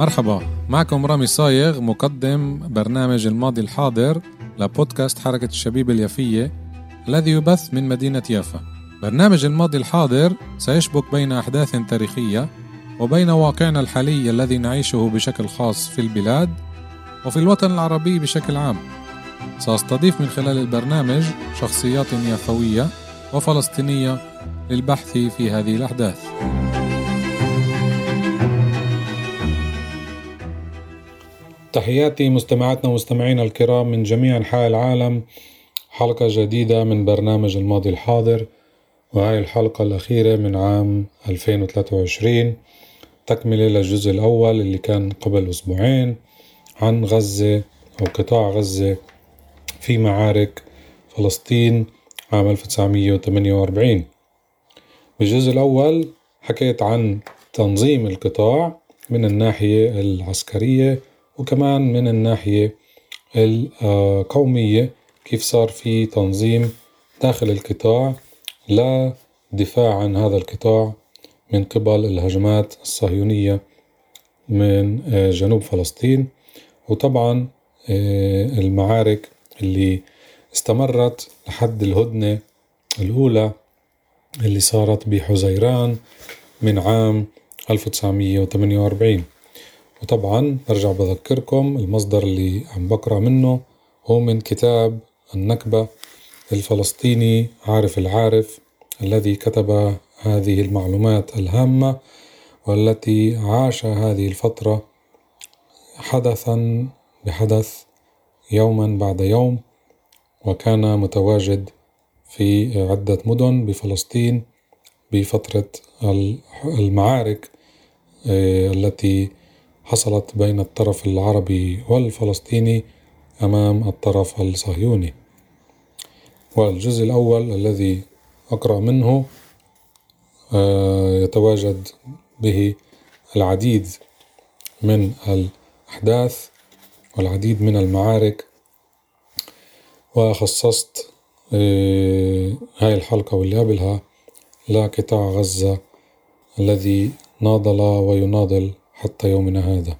مرحبا، معكم رامي صايغ مقدم برنامج الماضي الحاضر لبودكاست حركة الشبيب اليافية الذي يبث من مدينة يافا. برنامج الماضي الحاضر سيشبك بين أحداث تاريخية وبين واقعنا الحالي الذي نعيشه بشكل خاص في البلاد وفي الوطن العربي بشكل عام. سأستضيف من خلال البرنامج شخصيات يافوية وفلسطينية للبحث في هذه الأحداث. تحياتي مستمعاتنا ومستمعينا الكرام من جميع أنحاء العالم. حلقة جديدة من برنامج الماضي الحاضر، وهي الحلقة الأخيرة من عام 2023، تكملة للجزء الأول اللي كان قبل أسبوعين عن غزة أو قطاع غزة في معارك فلسطين عام 1948. بالجزء الأول حكيت عن تنظيم القطاع من الناحية العسكرية وكمان من الناحية القومية، كيف صار في تنظيم داخل القطاع للدفاع عن هذا القطاع من قبل الهجمات الصهيونية من جنوب فلسطين. وطبعا المعارك اللي استمرت لحد الهدنة الأولى اللي صارت بحزيران من عام 1948. وطبعا برجع بذكركم المصدر اللي عم بقرأ منه هو من كتاب النكبة الفلسطيني عارف العارف، الذي كتب هذه المعلومات الهامة والتي عاش هذه الفترة حدثا بحدث يوما بعد يوم، وكان متواجد في عدة مدن بفلسطين بفترة المعارك التي حصلت بين الطرف العربي والفلسطيني أمام الطرف الصهيوني. والجزء الأول الذي أقرأ منه يتواجد به العديد من الأحداث والعديد من المعارك، وخصصت هاي الحلقة واللي قبلها لقطاع غزة الذي ناضل ويناضل حتى يومنا هذا.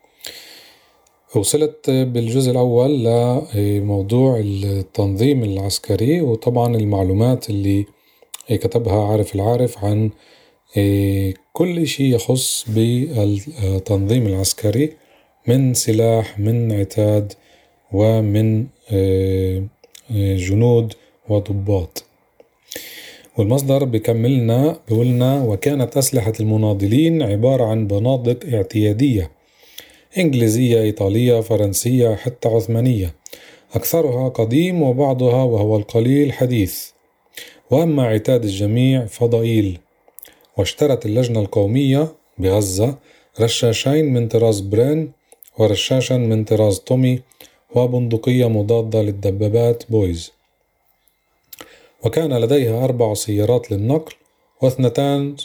وصلت بالجزء الأول لموضوع التنظيم العسكري، وطبعا المعلومات اللي كتبها عارف العارف عن كل شيء يخص بالتنظيم العسكري من سلاح، من عتاد، ومن جنود وضباط. والمصدر بيكملنا بيقولنا: وكانت أسلحة المناضلين عبارة عن بنادق اعتيادية إنجليزية، إيطالية، فرنسية، حتى عثمانية، أكثرها قديم وبعضها وهو القليل حديث. وأما عتاد الجميع فضئيل. واشترت اللجنة القومية بغزة رشاشين من طراز برين، ورشاشا من طراز تومي، وبندقية مضادة للدبابات بويز. وكان لديها 4 سيارات للنقل، و2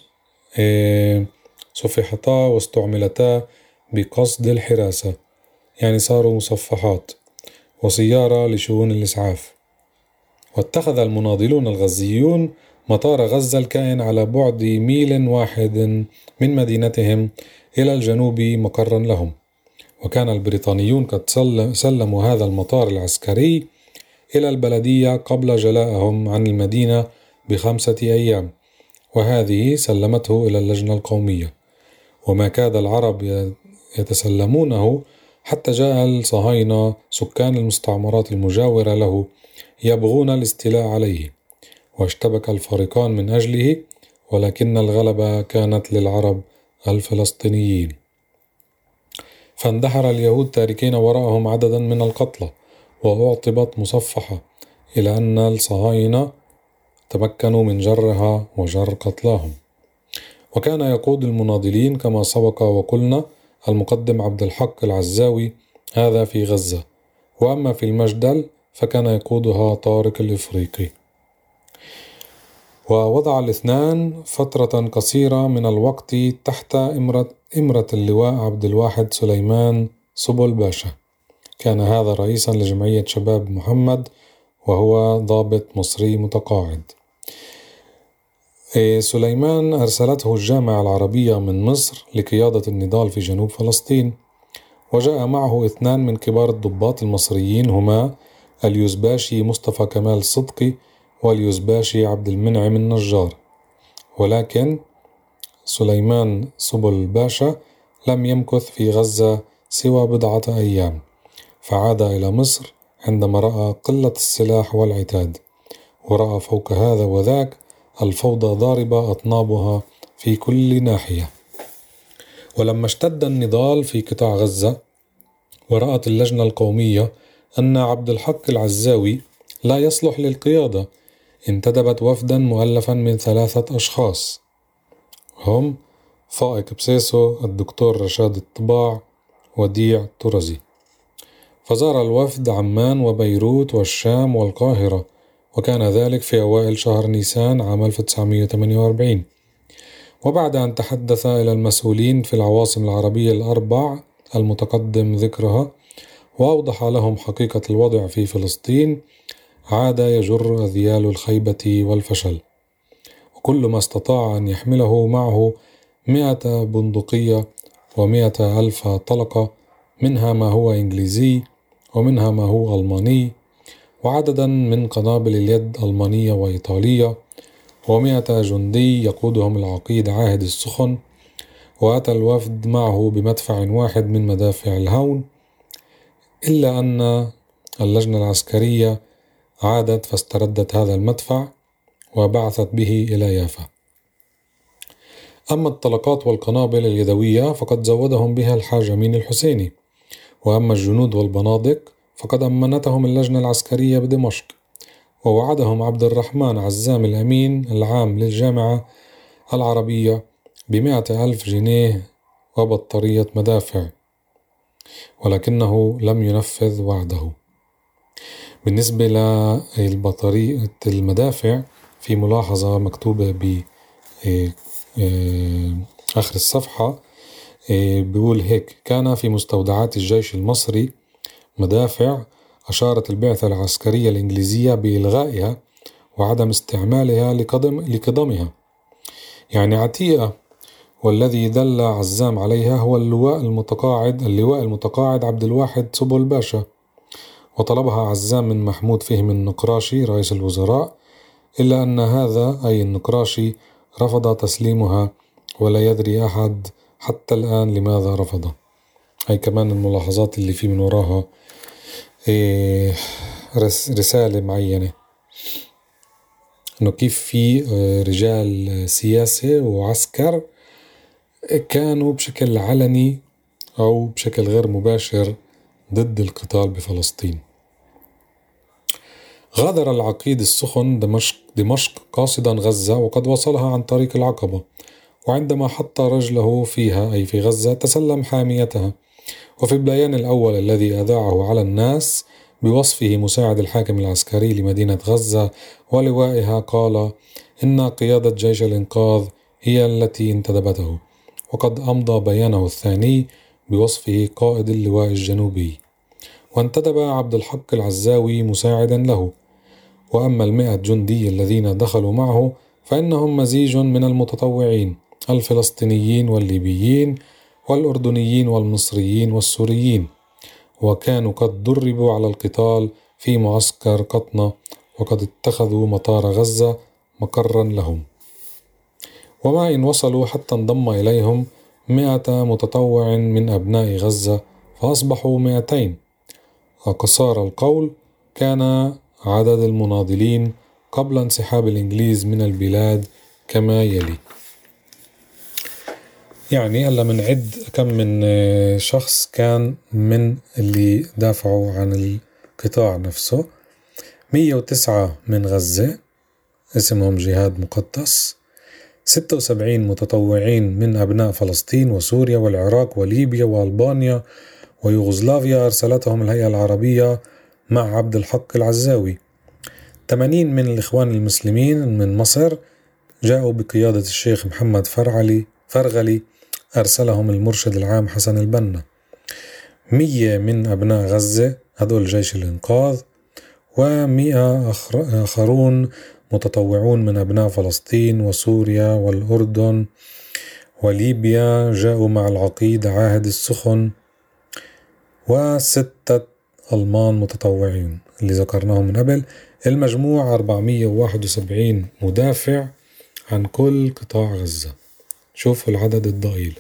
صفحتا واستعملتا بقصد الحراسة، يعني صاروا مصفحات، وسيارة لشؤون الإسعاف. واتخذ المناضلون الغزيون مطار غزة الكائن على بعد 1 ميل من مدينتهم إلى الجنوب مقرا لهم. وكان البريطانيون قد سلموا هذا المطار العسكري إلى البلدية قبل جلائهم عن المدينة ب5 أيام، وهذه سلمته إلى اللجنة القومية. وما كاد العرب يتسلمونه حتى جاء الصهاينة سكان المستعمرات المجاورة له يبغون الاستيلاء عليه، واشتبك الفريقان من أجله، ولكن الغلبة كانت للعرب الفلسطينيين. فاندحر اليهود تاركين وراءهم عددا من القتلى، وأعطبت مصفحة، إلى أن الصهاينة تمكنوا من جرها وجر قتلاهم. وكان يقود المناضلين كما سبق وقلنا المقدم عبد الحق العزاوي، هذا في غزة. وأما في المجدل فكان يقودها طارق الإفريقي. ووضع الاثنان فترة قصيرة من الوقت تحت إمرة اللواء عبد الواحد سليمان سبل باشا. كان هذا رئيسا لجمعية شباب محمد، وهو ضابط مصري متقاعد. سليمان أرسلته الجامعة العربية من مصر لقيادة النضال في جنوب فلسطين، وجاء معه 2 من كبار الضباط المصريين، هما اليوزباشي مصطفى كمال صدقي واليوزباشي عبد المنعم النجار. ولكن سليمان سبل باشا لم يمكث في غزة سوى بضعة أيام، فعاد إلى مصر عندما رأى قلة السلاح والعتاد، ورأى فوق هذا وذاك الفوضى ضاربة أطنابها في كل ناحية. ولما اشتد النضال في قطاع غزة ورأت اللجنة القومية أن عبد الحق العزاوي لا يصلح للقيادة، انتدبت وفدا مؤلفا من 3 أشخاص، هم فائق بسيسو، الدكتور رشاد الطباع، وديع طرزي. فزار الوفد عمان وبيروت والشام والقاهرة، وكان ذلك في أوائل شهر نيسان عام 1948. وبعد أن تحدث إلى المسؤولين في العواصم العربية ال4 المتقدم ذكرها وأوضح لهم حقيقة الوضع في فلسطين، عاد يجر أذيال الخيبة والفشل، وكل ما استطاع أن يحمله معه 100 بندقية و100,000 طلقة، منها ما هو إنجليزي ومنها ما هو ألماني، وعددا من قنابل اليد ألمانية وإيطالية، و100 جندي يقودهم العقيد عاهد السخن. وأتى الوفد معه بمدفع واحد من مدافع الهون، إلا أن اللجنة العسكرية عادت فاستردت هذا المدفع وبعثت به إلى يافا. أما الطلقات والقنابل اليدوية فقد زودهم بها الحاج أمين الحسيني، وأما الجنود والبنادق فقد أمنتهم اللجنة العسكرية بدمشق، ووعدهم عبد الرحمن عزام الأمين العام للجامعة العربية ب100,000 جنيه وبطارية مدافع، ولكنه لم ينفذ وعده. بالنسبة لبطارية المدافع في ملاحظة مكتوبة بآخر الصفحة، بيقول هيك: كان في مستودعات الجيش المصري مدافع أشارت البعثة العسكرية الإنجليزية بإلغائها وعدم استعمالها لقدمها، يعني عتيقة، والذي دل عزام عليها هو اللواء المتقاعد عبد الواحد سبل باشا. وطلبها عزام من محمود فهمي النقراشي رئيس الوزراء، إلا أن هذا أي النقراشي رفض تسليمها، ولا يدري أحد حتى الآن لماذا رفض. هاي كمان الملاحظات اللي في من وراها رسالة معينة، إنه كيف في رجال سياسة وعسكر كانوا بشكل علني أو بشكل غير مباشر ضد القتال بفلسطين. غادر العقيد السخن دمشق قاصدا غزة، وقد وصلها عن طريق العقبة، وعندما حط رجله فيها أي في غزة تسلم حاميتها. وفي البيان الأول الذي أذاعه على الناس بوصفه مساعد الحاكم العسكري لمدينة غزة ولوائها قال إن قيادة جيش الإنقاذ هي التي انتدبته. وقد أمضى بيانه الثاني بوصفه قائد اللواء الجنوبي، وانتدب عبد الحق العزاوي مساعدا له. وأما 100 جندي الذين دخلوا معه فإنهم مزيج من المتطوعين الفلسطينيين والليبيين والأردنيين والمصريين والسوريين، وكانوا قد دربوا على القتال في معسكر قطنة، وقد اتخذوا مطار غزة مقرا لهم. وما إن وصلوا حتى انضم إليهم 100 متطوع من أبناء غزة فأصبحوا 200. وقصار القول كان عدد المناضلين قبل انسحاب الإنجليز من البلاد كما يلي. يعني هلا منعد كم من شخص كان من اللي دافعوا عن القطاع نفسه. 109 من غزة اسمهم جهاد مقدس، 76 متطوعين من أبناء فلسطين وسوريا والعراق وليبيا وألبانيا ويوغوسلافيا أرسلتهم الهيئة العربية مع عبد الحق العزاوي. 80 من الإخوان المسلمين من مصر جاءوا بقيادة الشيخ محمد فرغلي أرسلهم المرشد العام حسن البنا. 100 من أبناء غزة هذول جيش الإنقاذ، و100 آخرون متطوعون من أبناء فلسطين وسوريا والأردن وليبيا جاءوا مع العقيد عاهد السخن، و6 ألمان متطوعين اللي ذكرناهم من قبل. المجموع 471 مدافع عن كل قطاع غزة. شوفوا العدد الضئيل.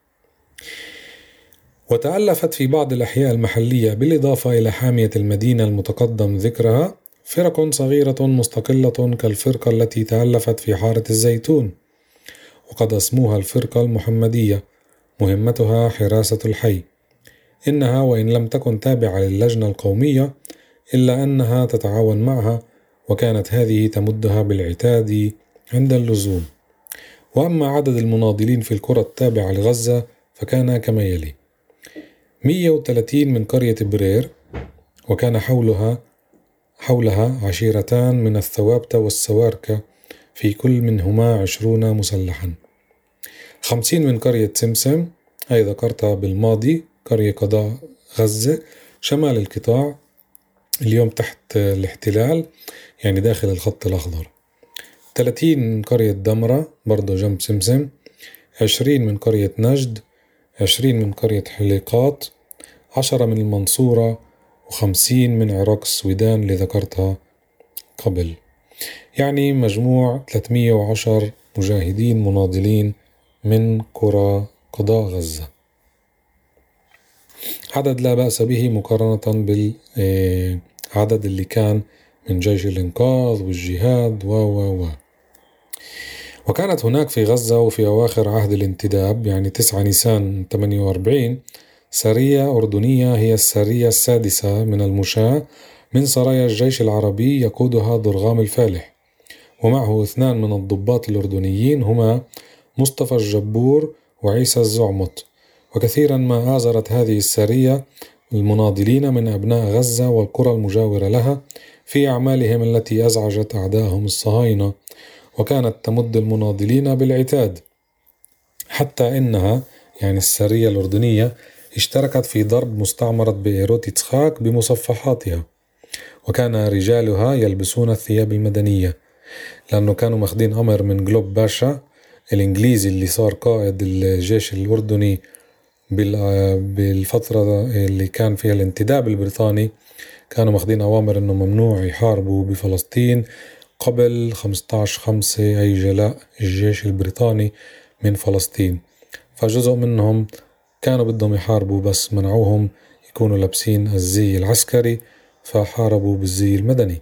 وتألفت في بعض الأحياء المحلية بالإضافة إلى حامية المدينة المتقدم ذكرها فرق صغيرة مستقلة كالفرقة التي تألفت في حارة الزيتون، وقد اسموها الفرقة المحمدية، مهمتها حراسة الحي. إنها وإن لم تكن تابعة للجنة القومية إلا أنها تتعاون معها، وكانت هذه تمدها بالعتاد عند اللزوم. وأما عدد المناضلين في القرى التابعة لغزة فكان كما يلي: 130 من قرية برير، وكان حولها عشيرتان من الثوابتة والسواركة، في كل منهما 20 مسلحا. 50 من قرية سمسم، أي ذكرتها بالماضي، قرية قضاء غزة شمال القطاع، اليوم تحت الاحتلال، يعني داخل الخط الأخضر. 30 من قرية دمرة برضو جنب سمسم. 20 من قرية نجد. 20 من قرية حليقات. 10 من المنصورة. و50 من عراق السويدان اللي ذكرتها قبل. يعني مجموع 310 مجاهدين مناضلين من قرى قضاء غزة، عدد لا بأس به مقارنة بالعدد اللي كان من جيش الإنقاذ والجهاد وكانت هناك في غزة وفي أواخر عهد الانتداب، يعني 9 نيسان 48، سرية أردنية هي السرية السادسة من المشاة من سرايا الجيش العربي، يقودها ضرغام الفالح، ومعه 2 من الضباط الأردنيين هما مصطفى الجبور وعيسى الزعمط. وكثيرا ما آزرت هذه السرية المناضلين من أبناء غزة والقرى المجاورة لها في أعمالهم التي أزعجت أعداءهم الصهاينة، وكانت تمد المناضلين بالعتاد، حتى إنها يعني السرية الأردنية اشتركت في ضرب مستعمرة بئيروت يتسخاك بمصفحاتها، وكان رجالها يلبسون الثياب المدنية، لأنه كانوا ماخدين أمر من جلوب باشا الإنجليزي اللي صار قائد الجيش الأردني بالفترة اللي كان فيها الانتداب البريطاني. كانوا ماخدين أوامر إنه ممنوع يحاربوا بفلسطين قبل 15/5، أي جلاء الجيش البريطاني من فلسطين. فجزء منهم كانوا بدهم يحاربوا، بس منعوهم يكونوا لابسين الزي العسكري، فحاربوا بالزي المدني.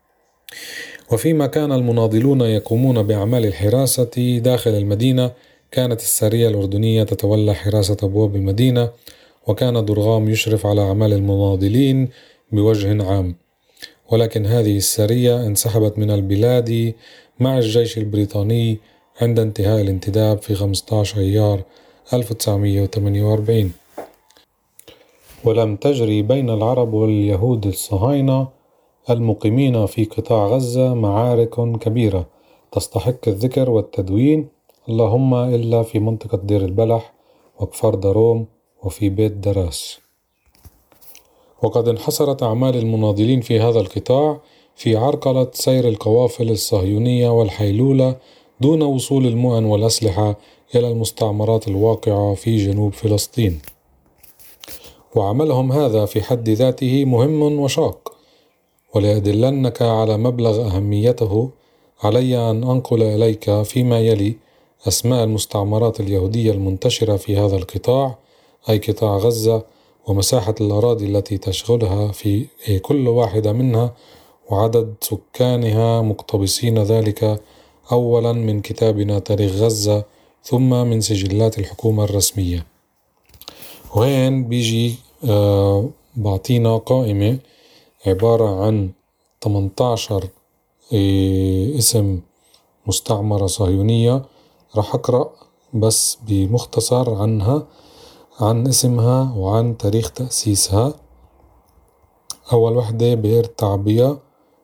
وفيما كان المناضلون يقومون بأعمال الحراسة داخل المدينة، كانت السرية الأردنية تتولى حراسة أبواب المدينة، وكان ضرغام يشرف على أعمال المناضلين بوجه عام. ولكن هذه السرية انسحبت من البلاد مع الجيش البريطاني عند انتهاء الانتداب في 15 أيار 1948. ولم تجري بين العرب واليهود الصهاينة المقيمين في قطاع غزة معارك كبيرة تستحق الذكر والتدوين، اللهم إلا في منطقة دير البلح وكفار دروم وفي بيت دراس. وقد انحصرت أعمال المناضلين في هذا القطاع في عرقلة سير القوافل الصهيونية والحيلولة دون وصول المؤن والأسلحة إلى المستعمرات الواقعة في جنوب فلسطين. وعملهم هذا في حد ذاته مهم وشاق، ولأدلنك على مبلغ أهميته علي أن أنقل إليك فيما يلي أسماء المستعمرات اليهودية المنتشرة في هذا القطاع، أي قطاع غزة، ومساحة الأراضي التي تشغلها في كل واحدة منها، وعدد سكانها مقتبسين ذلك أولا من كتابنا تاريخ غزة، ثم من سجلات الحكومة الرسمية. وهين بيجي بعطينا قائمة عبارة عن 18 اسم مستعمرة صهيونية. رح أقرأ بس بمختصر عنها، عن اسمها وعن تاريخ تأسيسها. أول وحدة بئر تعبية،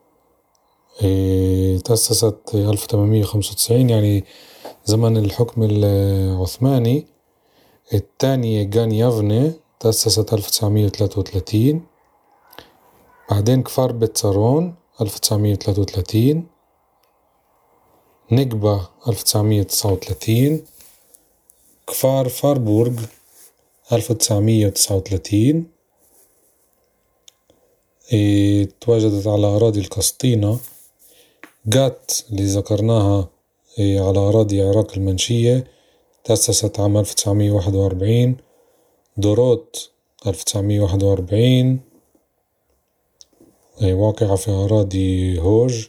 تأسست 1895، يعني زمن الحكم العثماني. الثانية جان يافني تأسست 1933. بعدين كفار بيت سارون 1933. نقبة 1939، كفار فاربورغ 1939 تواجدت على أراضي القسطينة. جات اللي ذكرناها على أراضي العراق المنشية تأسست عام 1941. دوروت 1941 واقعة في أراضي هوج.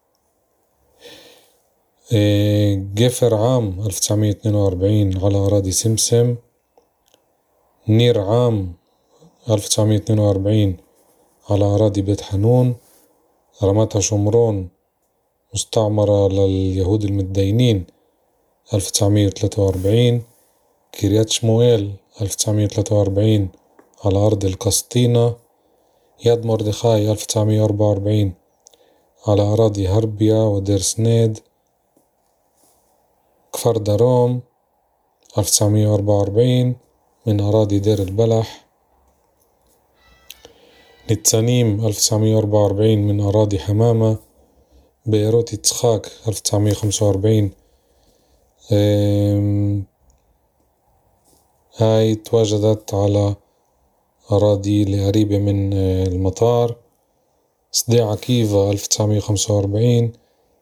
جفر عام 1942 على أراضي سمسم. نير عام 1942 على أراضي بيت حنون. رمتها شمرون مستعمرة لليهود المتدينين 1943. كريات شموئيل 1943 على أرض القسطينة. يد مردخاي 1944 على أراضي هربيا ودير سنيد. كفر داروم 1944 من أراضي دير البلح. نتسانيم 1944 من أراضي حمامة. بيروت يتسخاك 1945 هاي تواجدت على أراضي قريبة من المطار. سدي عكيفة 1945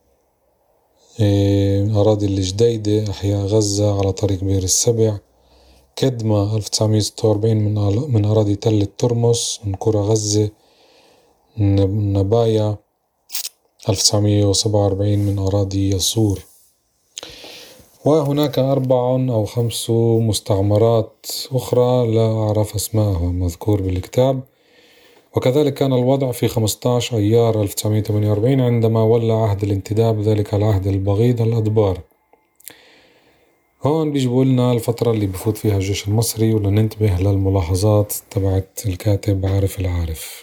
أراضي الجديدة أحياء غزة على طريق بئر السبع. كدمة 1946 من أراضي تل الترمس من قرى غزة. نبايا 1947 من أراضي يسور. وهناك 4 أو 5 مستعمرات أخرى لا أعرف أسماءها مذكور بالكتاب. وكذلك كان الوضع في 15 أيار 1948 عندما ولى عهد الانتداب، ذلك العهد البغيض الأدبار. هون بيجيبوا لنا الفترة اللي بفوت فيها الجيش المصري، ولننتبه للملاحظات تبعت الكاتب عارف العارف.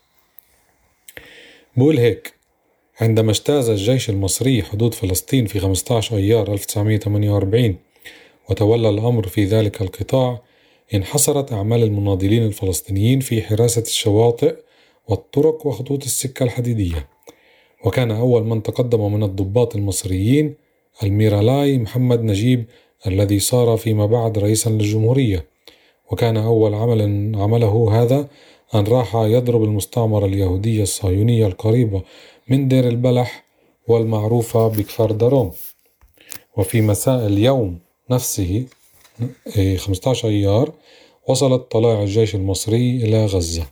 بقول هيك: عندما اجتاز الجيش المصري حدود فلسطين في 15 أيار 1948 وتولى الأمر في ذلك القطاع، انحصرت أعمال المناضلين الفلسطينيين في حراسة الشواطئ والطرق وخطوط السكة الحديدية. وكان أول من تقدم من الضباط المصريين الميرالاي محمد نجيب الذي صار فيما بعد رئيسا للجمهورية. وكان أول عمل عمله هذا أن راح يضرب المستعمرة اليهودية الصهيونية القريبة من دير البلح والمعروفة بكفر داروم. وفي مساء اليوم نفسه 15 أيار وصلت طلائع الجيش المصري إلى غزة.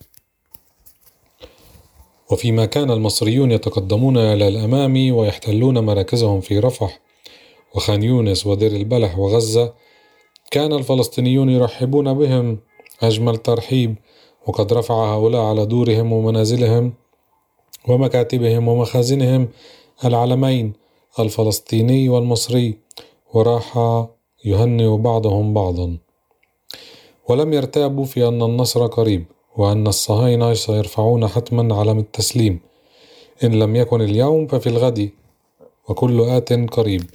وفيما كان المصريون يتقدمون إلى الأمام ويحتلون مراكزهم في رفح وخان يونس ودير البلح وغزة، كان الفلسطينيون يرحبون بهم أجمل ترحيب، وقد رفع هؤلاء على دورهم ومنازلهم ومكاتبهم ومخازنهم العلمين الفلسطيني والمصري، وراح يهنئ بعضهم بعضا. ولم يرتابوا في أن النصر قريب، وأن الصهاينة سيرفعون حتما علم التسليم، إن لم يكن اليوم ففي الغد، وكل آت قريب.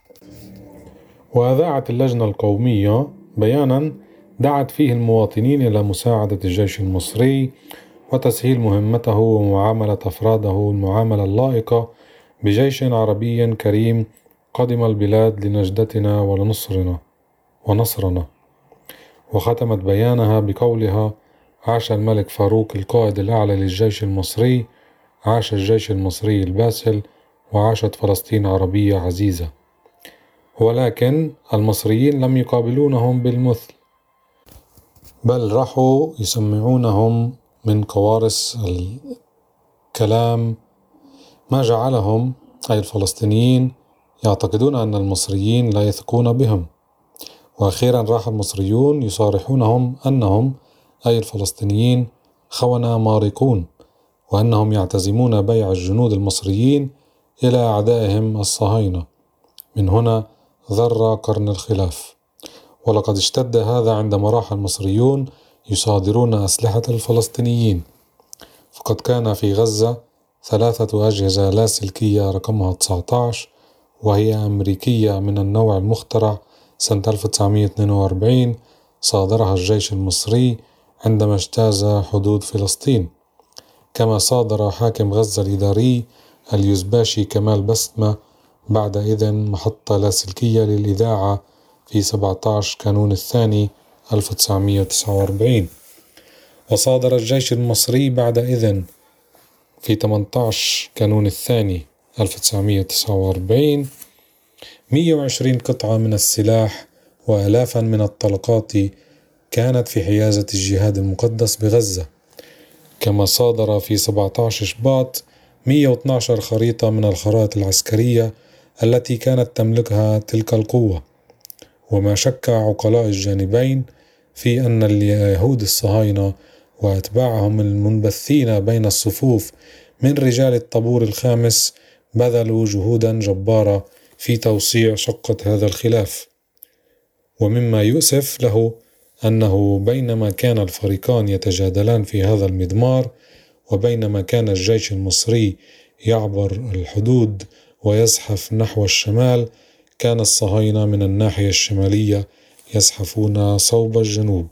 وأذاعت اللجنة القومية بيانا دعت فيه المواطنين إلى مساعدة الجيش المصري وتسهيل مهمته ومعاملة أفراده المعاملة اللائقة بجيش عربي كريم قدم البلاد لنجدتنا ونصرنا. وختمت بيانها بقولها: عاش الملك فاروق القائد الأعلى للجيش المصري، عاش الجيش المصري الباسل، وعاشت فلسطين عربية عزيزة. ولكن المصريين لم يقابلونهم بالمثل، بل راحوا يسمعونهم من قوارص الكلام، ما جعلهم أي الفلسطينيين يعتقدون أن المصريين لا يثقون بهم. وأخيرا راح المصريون يصارحونهم أنهم أي الفلسطينيين خونة مارقون، وأنهم يعتزمون بيع الجنود المصريين إلى أعدائهم الصهاينة. من هنا ذر قرن الخلاف. ولقد اشتد هذا عندما راح المصريون يصادرون أسلحة الفلسطينيين، فقد كان في غزة 3 أجهزة لاسلكية رقمها 19، وهي أمريكية من النوع المخترع سنة 1942 صادرها الجيش المصري عندما اجتاز حدود فلسطين. كما صادر حاكم غزة الإداري اليزباشي كمال بسمة بعد إذن محطة لاسلكية للإذاعة في 17 كانون الثاني 1949. وصادر الجيش المصري بعد إذن في 18 كانون الثاني 1949 120 قطعة من السلاح وآلافا من الطلقات كانت في حيازة الجهاد المقدس بغزة. كما صادر في 17 شباط 112 خريطة من الخرائط العسكرية التي كانت تملكها تلك القوة. وما شك عقلاء الجانبين في أن اليهود الصهاينة وأتباعهم المنبثين بين الصفوف من رجال الطابور الخامس بذلوا جهودا جبارة في توسيع شقة هذا الخلاف. ومما يؤسف له أنه بينما كان الفريقان يتجادلان في هذا المضمار، وبينما كان الجيش المصري يعبر الحدود ويزحف نحو الشمال، كان الصهاينة من الناحية الشمالية يزحفون صوب الجنوب.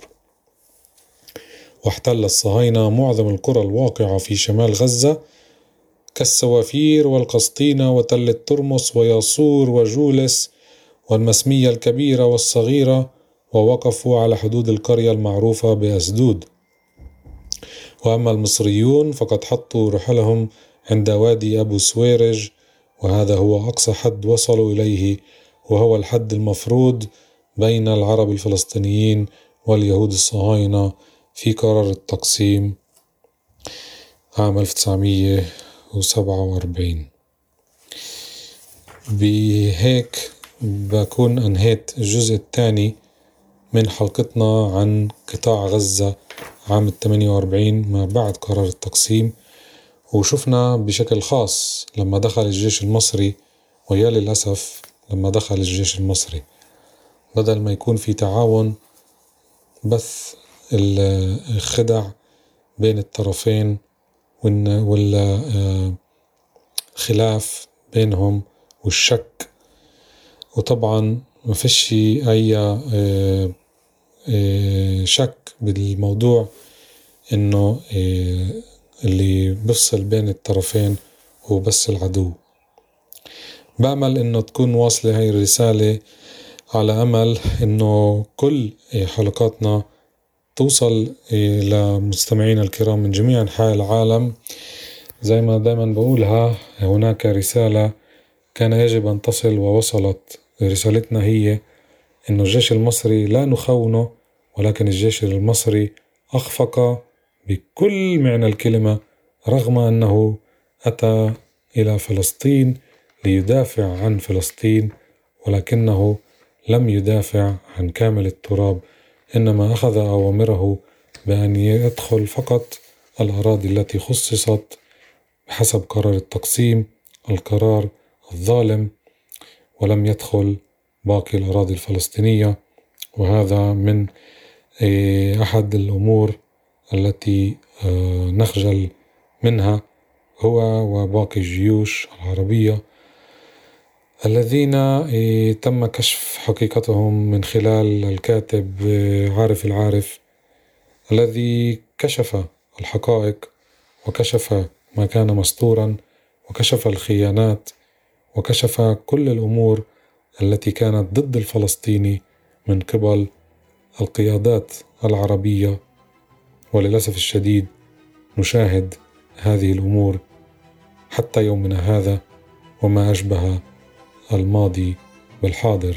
واحتل الصهاينة معظم القرى الواقعة في شمال غزة كالسوافير والقسطينة وتل الترمس وياسور وجولس والمسمية الكبيرة والصغيرة، ووقفوا على حدود القرية المعروفة بأسدود. وأما المصريون فقد حطوا رحلهم عند وادي أبو سويرج، وهذا هو أقصى حد وصلوا إليه، وهو الحد المفروض بين العرب الفلسطينيين واليهود الصهاينة في قرار التقسيم عام 1947. بهيك بكون أنهيت الجزء الثاني من حلقتنا عن قطاع غزة عام 48 ما بعد قرار التقسيم. وشفنا بشكل خاص لما دخل الجيش المصري، ويا للأسف لما دخل الجيش المصري بدل ما يكون في تعاون بث الخدع بين الطرفين والخلاف بينهم والشك. وطبعا ما فيش أي شك بالموضوع إنه اللي بفصل بين الطرفين هو بس العدو. بأمل إنه تكون واصلة هاي الرسالة، على أمل إنه كل حلقاتنا توصل لمستمعين الكرام من جميع أنحاء العالم. زي ما دائما بقولها، هناك رسالة كان يجب أن تصل ووصلت. رسالتنا هي إنه الجيش المصري لا نخونه، ولكن الجيش المصري أخفق بكل معنى الكلمة، رغم أنه أتى إلى فلسطين ليدافع عن فلسطين، ولكنه لم يدافع عن كامل التراب، إنما أخذ أوامره بأن يدخل فقط الأراضي التي خصصت بحسب قرار التقسيم، القرار الظالم، ولم يدخل باقي الأراضي الفلسطينية. وهذا من أحد الأمور التي نخجل منها، هو وباقي الجيوش العربية الذين تم كشف حقيقتهم من خلال الكاتب عارف العارف، الذي كشف الحقائق وكشف ما كان مستورا وكشف الخيانات وكشف كل الأمور التي كانت ضد الفلسطيني من قبل القيادات العربية. وللأسف الشديد نشاهد هذه الأمور حتى يومنا هذا، وما أشبه الماضي بالحاضر.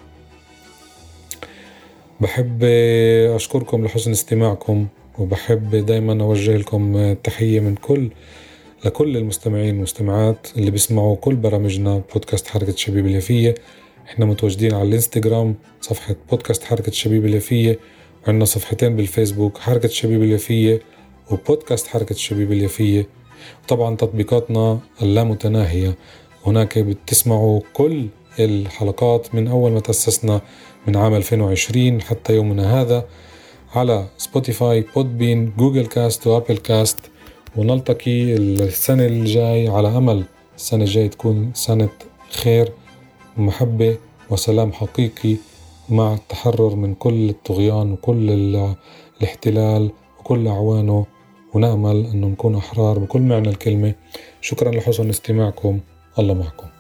بحب أشكركم لحسن استماعكم، وبحب دايما أوجه لكم تحية من لكل المستمعين والمستمعات اللي بيسمعوا كل برامجنا بودكاست حركة شبيب اليافية. احنا متواجدين على الانستغرام صفحة بودكاست حركة شبيب اليافية، وعندنا صفحتين بالفيسبوك، حركة شبيب اليافية وبودكاست حركة شبيب اليافية. وطبعا تطبيقاتنا اللامتناهية، هناك بتسمعوا كل الحلقات من أول ما تأسسنا من عام 2020 حتى يومنا هذا على سبوتيفاي، بودبين، جوجل كاست وأبل كاست. ونلتقي السنة الجاي على أمل السنة الجاي تكون سنة خير ومحبة وسلام حقيقي، مع التحرر من كل الطغيان وكل الاحتلال وكل أعوانه، ونأمل أن نكون أحرار بكل معنى الكلمة. شكرا لحسن استماعكم، الله معكم.